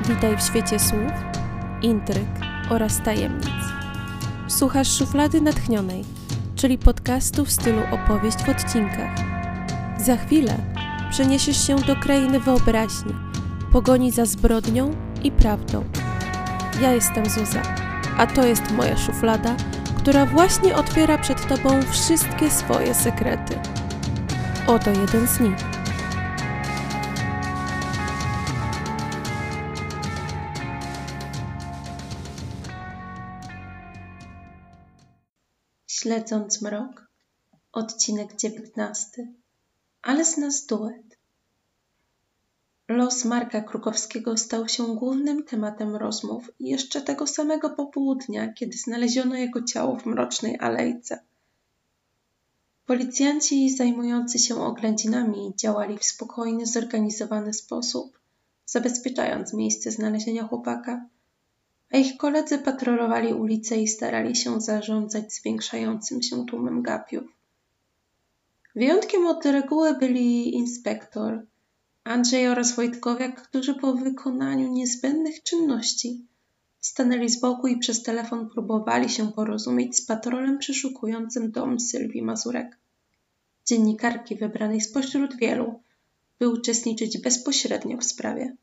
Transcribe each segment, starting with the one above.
Witaj w świecie słów, intryg oraz tajemnic. Słuchasz Szuflady Natchnionej, czyli podcastu w stylu opowieść w odcinkach. Za chwilę przeniesiesz się do krainy wyobraźni, pogoni za zbrodnią i prawdą. Ja jestem Zuza, a to jest moja szuflada, która właśnie otwiera przed Tobą wszystkie swoje sekrety. Oto jeden z nich. Śledząc mrok, odcinek 19. Ale z nas duet. Los Marka Krukowskiego stał się głównym tematem rozmów jeszcze tego samego popołudnia, kiedy znaleziono jego ciało w mrocznej alejce. Policjanci zajmujący się oględzinami działali w spokojny, zorganizowany sposób, zabezpieczając miejsce znalezienia chłopaka, a ich koledzy patrolowali ulice i starali się zarządzać zwiększającym się tłumem gapiów. Wyjątkiem od reguły byli inspektor, Andrzej oraz Wojtkowiak, którzy po wykonaniu niezbędnych czynności stanęli z boku i przez telefon próbowali się porozumieć z patrolem przeszukującym dom Sylwii Mazurek, dziennikarki wybranej spośród wielu, by uczestniczyć bezpośrednio w sprawie.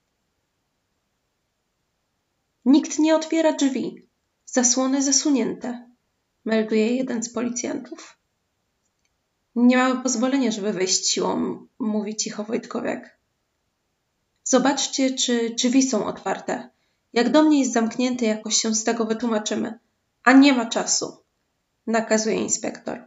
Nikt nie otwiera drzwi. Zasłony zasunięte, melduje jeden z policjantów. Nie mamy pozwolenia, żeby wejść siłą, mówi cicho Wojtkowiak. Zobaczcie, czy drzwi są otwarte. Jak dom nie jest zamknięty, jakoś się z tego wytłumaczymy. A nie ma czasu, nakazuje inspektor.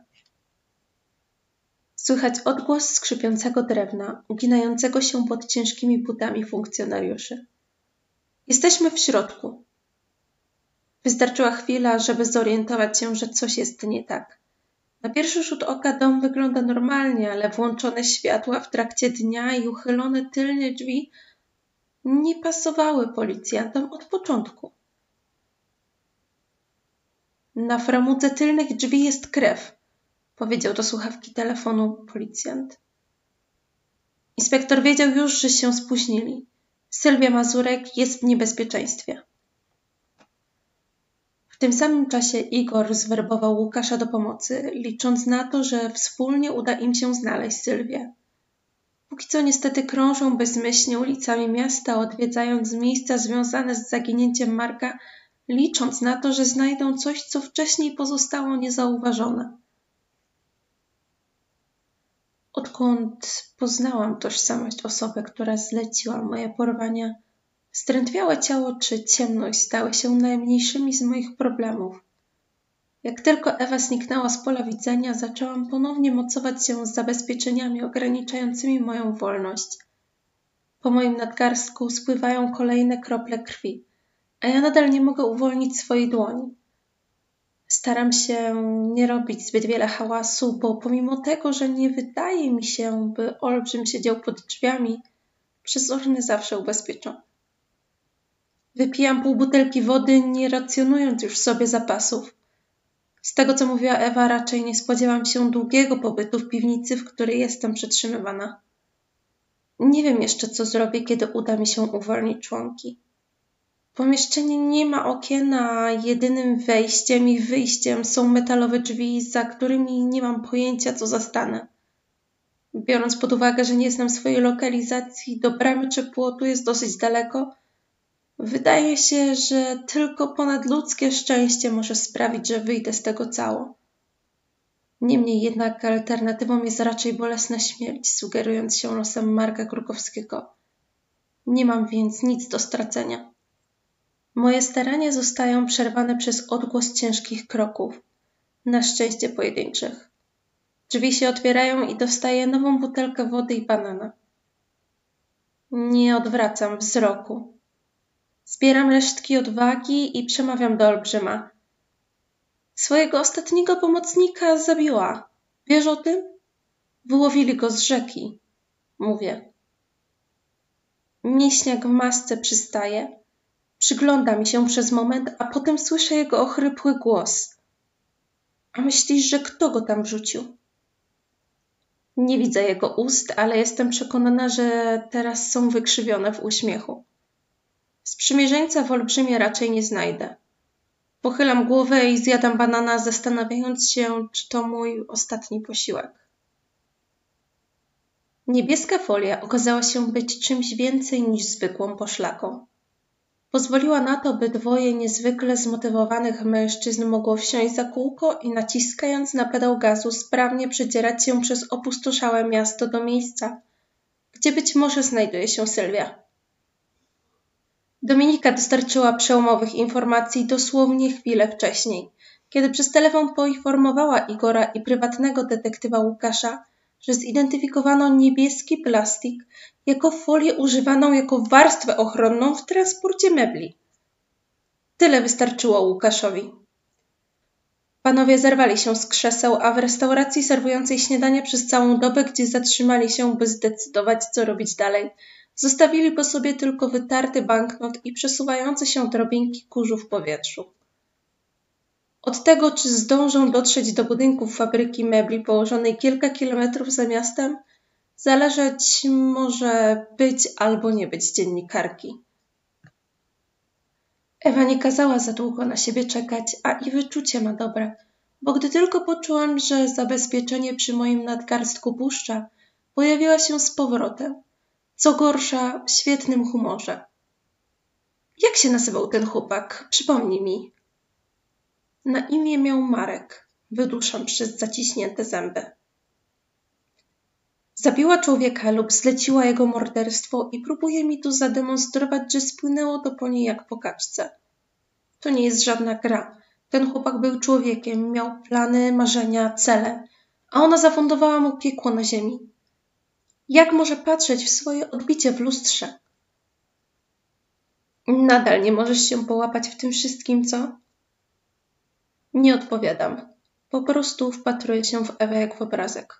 Słychać odgłos skrzypiącego drewna, uginającego się pod ciężkimi butami funkcjonariuszy. Jesteśmy w środku. Wystarczyła chwila, żeby zorientować się, że coś jest nie tak. Na pierwszy rzut oka dom wygląda normalnie, ale włączone światła w trakcie dnia i uchylone tylnie drzwi nie pasowały policjantom od początku. Na framudze tylnych drzwi jest krew, powiedział do słuchawki telefonu policjant. Inspektor wiedział już, że się spóźnili. Sylwia Mazurek jest w niebezpieczeństwie. W tym samym czasie Igor zwerbował Łukasza do pomocy, licząc na to, że wspólnie uda im się znaleźć Sylwię. Póki co niestety krążą bezmyślnie ulicami miasta, odwiedzając miejsca związane z zaginięciem Marka, licząc na to, że znajdą coś, co wcześniej pozostało niezauważone. Odkąd poznałam tożsamość osoby, która zleciła moje porwania, zdrętwiałe ciało czy ciemność stały się najmniejszymi z moich problemów. Jak tylko Ewa zniknęła z pola widzenia, zaczęłam ponownie mocować się z zabezpieczeniami ograniczającymi moją wolność. Po moim nadgarstku spływają kolejne krople krwi, a ja nadal nie mogę uwolnić swojej dłoni. Staram się nie robić zbyt wiele hałasu, bo pomimo tego, że nie wydaje mi się, by olbrzym siedział pod drzwiami, przezorny zawsze ubezpieczony. Wypijam pół butelki wody, nie racjonując już sobie zapasów. Z tego, co mówiła Ewa, raczej nie spodziewam się długiego pobytu w piwnicy, w której jestem przetrzymywana. Nie wiem jeszcze, co zrobię, kiedy uda mi się uwolnić członki. Pomieszczenie nie ma okien, a jedynym wejściem i wyjściem są metalowe drzwi, za którymi nie mam pojęcia, co zastanę. Biorąc pod uwagę, że nie znam swojej lokalizacji, do bramy czy płotu jest dosyć daleko, wydaje się, że tylko ponadludzkie szczęście może sprawić, że wyjdę z tego cało. Niemniej jednak alternatywą jest raczej bolesna śmierć, sugerując się losem Marka Krukowskiego. Nie mam więc nic do stracenia. Moje starania zostają przerwane przez odgłos ciężkich kroków, na szczęście pojedynczych. Drzwi się otwierają i dostaję nową butelkę wody i banana. Nie odwracam wzroku. Zbieram resztki odwagi i przemawiam do olbrzyma. Swojego ostatniego pomocnika zabiła. Wiesz o tym? Wyłowili go z rzeki, mówię. Mięśniak w masce przystaje. Przygląda mi się przez moment, a potem słyszę jego ochrypły głos. A myślisz, że kto go tam wrzucił? Nie widzę jego ust, ale jestem przekonana, że teraz są wykrzywione w uśmiechu. Sprzymierzeńca w Olbrzymie raczej nie znajdę. Pochylam głowę i zjadam banana, zastanawiając się, czy to mój ostatni posiłek. Niebieska folia okazała się być czymś więcej niż zwykłą poszlaką. Pozwoliła na to, by dwoje niezwykle zmotywowanych mężczyzn mogło wsiąść za kółko i naciskając na pedał gazu sprawnie przedzierać się przez opustoszałe miasto do miejsca, gdzie być może znajduje się Sylwia. Dominika dostarczyła przełomowych informacji dosłownie chwilę wcześniej, kiedy przez telefon poinformowała Igora i prywatnego detektywa Łukasza, że zidentyfikowano niebieski plastik jako folię używaną jako warstwę ochronną w transporcie mebli. Tyle wystarczyło Łukaszowi. Panowie zerwali się z krzeseł, a w restauracji serwującej śniadanie przez całą dobę, gdzie zatrzymali się, by zdecydować, co robić dalej, zostawili po sobie tylko wytarty banknot i przesuwające się drobinki kurzu w powietrzu. Od tego, czy zdążą dotrzeć do budynku fabryki mebli położonej kilka kilometrów za miastem, zależeć może być albo nie być dziennikarki. Ewa nie kazała za długo na siebie czekać, a i wyczucie ma dobre, bo gdy tylko poczułam, że zabezpieczenie przy moim nadgarstku puszcza, pojawiła się z powrotem. Co gorsza, w świetnym humorze. Jak się nazywał ten chłopak? Przypomnij mi. Na imię miał Marek. Wyduszam przez zaciśnięte zęby. Zabiła człowieka lub zleciła jego morderstwo i próbuje mi tu zademonstrować, że spłynęło to po niej jak po kaczce. To nie jest żadna gra. Ten chłopak był człowiekiem, miał plany, marzenia, cele, a ona zafundowała mu piekło na ziemi. Jak może patrzeć w swoje odbicie w lustrze? Nadal nie możesz się połapać w tym wszystkim, co? Nie odpowiadam. Po prostu wpatruję się w Ewę jak w obrazek.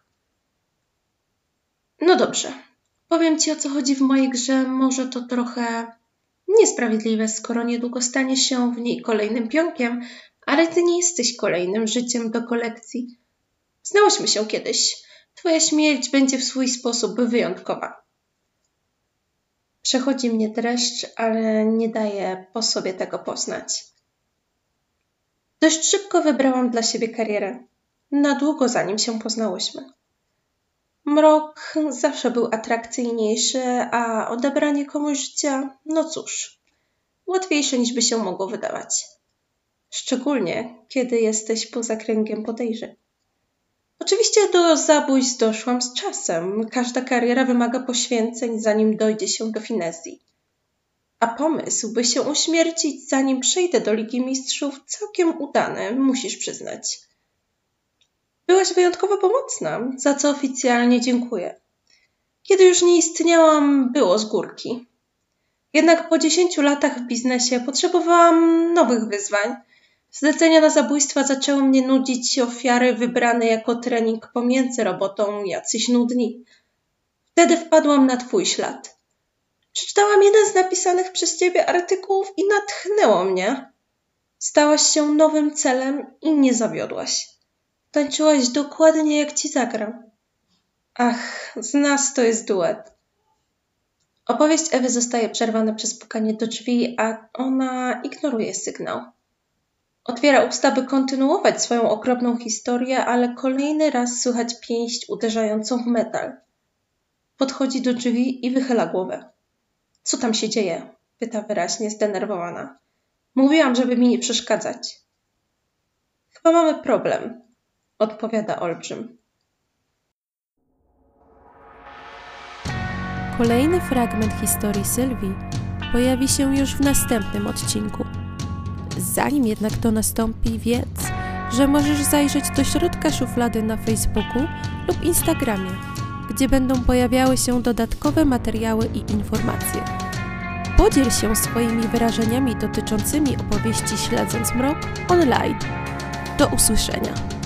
No dobrze. Powiem ci, o co chodzi w mojej grze. Może to trochę niesprawiedliwe, skoro niedługo staniesz się w niej kolejnym pionkiem, ale ty nie jesteś kolejnym życiem do kolekcji. Znałyśmy się kiedyś. Twoja śmierć będzie w swój sposób wyjątkowa. Przechodzi mnie dreszcz, ale nie daje po sobie tego poznać. Dość szybko wybrałam dla siebie karierę. Na długo zanim się poznałyśmy. Mrok zawsze był atrakcyjniejszy, a odebranie komuś życia, no cóż, łatwiejsze niż by się mogło wydawać. Szczególnie, kiedy jesteś poza kręgiem podejrzeń. Oczywiście do zabójstw doszłam z czasem. Każda kariera wymaga poświęceń, zanim dojdzie się do finezji. A pomysł, by się uśmiercić, zanim przejdę do Ligi Mistrzów, całkiem udany, musisz przyznać. Byłaś wyjątkowo pomocna, za co oficjalnie dziękuję. Kiedy już nie istniałam, było z górki. Jednak po 10 latach w biznesie potrzebowałam nowych wyzwań. Zlecenia na zabójstwa zaczęły mnie nudzić, ofiary wybrane jako trening pomiędzy robotą jacyś nudni. Wtedy wpadłam na twój ślad. Przeczytałam jeden z napisanych przez ciebie artykułów i natchnęło mnie. Stałaś się nowym celem i nie zawiodłaś. Tańczyłaś dokładnie jak ci zagram. Ach, z nas to jest duet. Opowieść Ewy zostaje przerwana przez pukanie do drzwi, a ona ignoruje sygnał. Otwiera usta, by kontynuować swoją okropną historię, ale kolejny raz słychać pięść uderzającą w metal. Podchodzi do drzwi i wychyla głowę. Co tam się dzieje? Pyta wyraźnie zdenerwowana. Mówiłam, żeby mi nie przeszkadzać. Chyba mamy problem, odpowiada Olbrzym. Kolejny fragment historii Sylwii pojawi się już w następnym odcinku. Zanim jednak to nastąpi, wiedz, że możesz zajrzeć do środka szuflady na Facebooku lub Instagramie, gdzie będą pojawiały się dodatkowe materiały i informacje. Podziel się swoimi wyrażeniami dotyczącymi opowieści Śledząc Mrok online. Do usłyszenia.